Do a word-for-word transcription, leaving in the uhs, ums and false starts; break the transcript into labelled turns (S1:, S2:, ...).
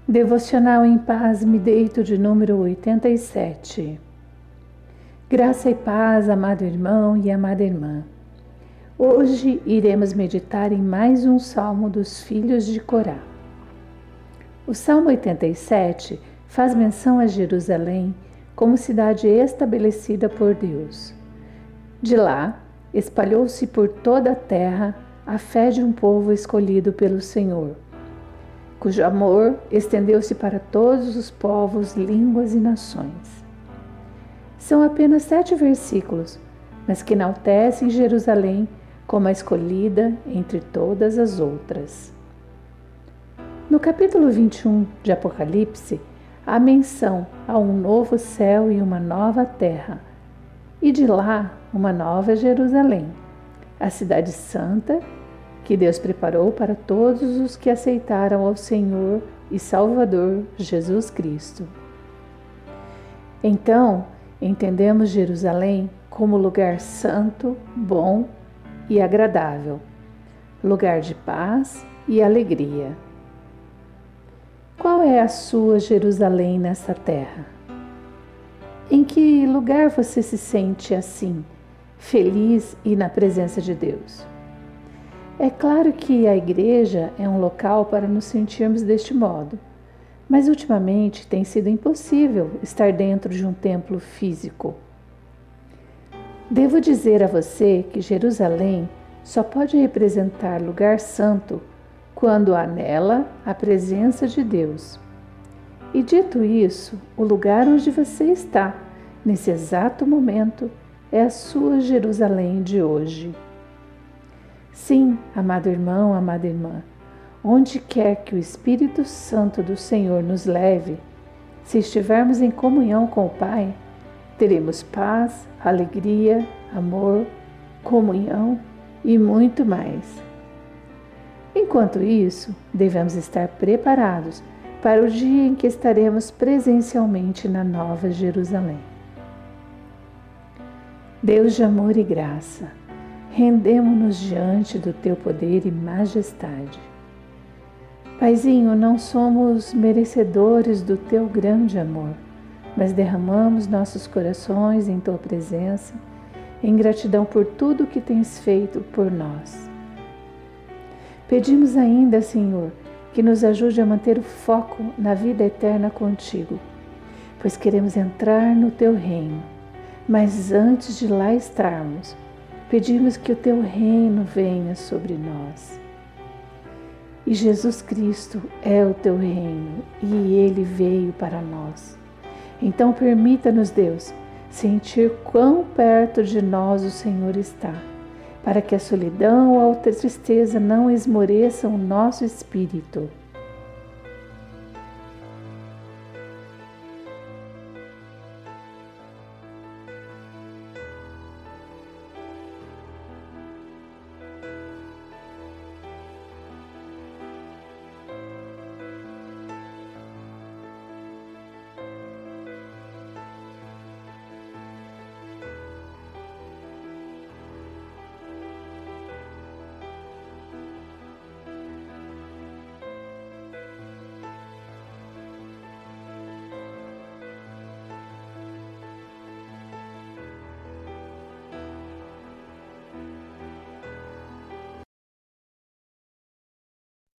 S1: Devocional em Paz, me deito de número oitenta e sete. Graça e paz, amado irmão e amada irmã. Hoje iremos meditar em mais um salmo dos filhos de Corá. O Salmo oitenta e sete faz menção a Jerusalém como cidade estabelecida por Deus. De lá, espalhou-se por toda a terra a fé de um povo escolhido pelo Senhor, cujo amor estendeu-se para todos os povos, línguas e nações. São apenas sete versículos, mas que enaltecem Jerusalém como a escolhida entre todas as outras. No capítulo vinte e um de Apocalipse, há menção a um novo céu e uma nova terra, e de lá uma nova Jerusalém, a cidade santa que Deus preparou para todos os que aceitaram ao Senhor e Salvador Jesus Cristo. Então, entendemos Jerusalém como lugar santo, bom e agradável, lugar de paz e alegria. Qual é a sua Jerusalém nessa terra? Em que lugar você se sente assim, feliz e na presença de Deus? É claro que a igreja é um local para nos sentirmos deste modo, mas ultimamente tem sido impossível estar dentro de um templo físico. Devo dizer a você que Jerusalém só pode representar lugar santo quando há nela a presença de Deus. E dito isso, o lugar onde você está, nesse exato momento, é a sua Jerusalém de hoje. Sim, amado irmão, amada irmã, onde quer que o Espírito Santo do Senhor nos leve, se estivermos em comunhão com o Pai, teremos paz, alegria, amor, comunhão e muito mais. Enquanto isso, devemos estar preparados para o dia em que estaremos presencialmente na Nova Jerusalém. Deus de amor e graça, rendemo-nos diante do Teu poder e majestade. Paizinho, não somos merecedores do Teu grande amor, mas derramamos nossos corações em Tua presença, em gratidão por tudo que Tens feito por nós. Pedimos ainda, Senhor, que nos ajude a manter o foco na vida eterna contigo, pois queremos entrar no Teu reino, mas antes de lá estarmos, pedimos que o Teu reino venha sobre nós. E Jesus Cristo é o Teu reino e Ele veio para nós. Então permita-nos, Deus, sentir quão perto de nós o Senhor está, para que a solidão ou a tristeza não esmoreçam o nosso espírito.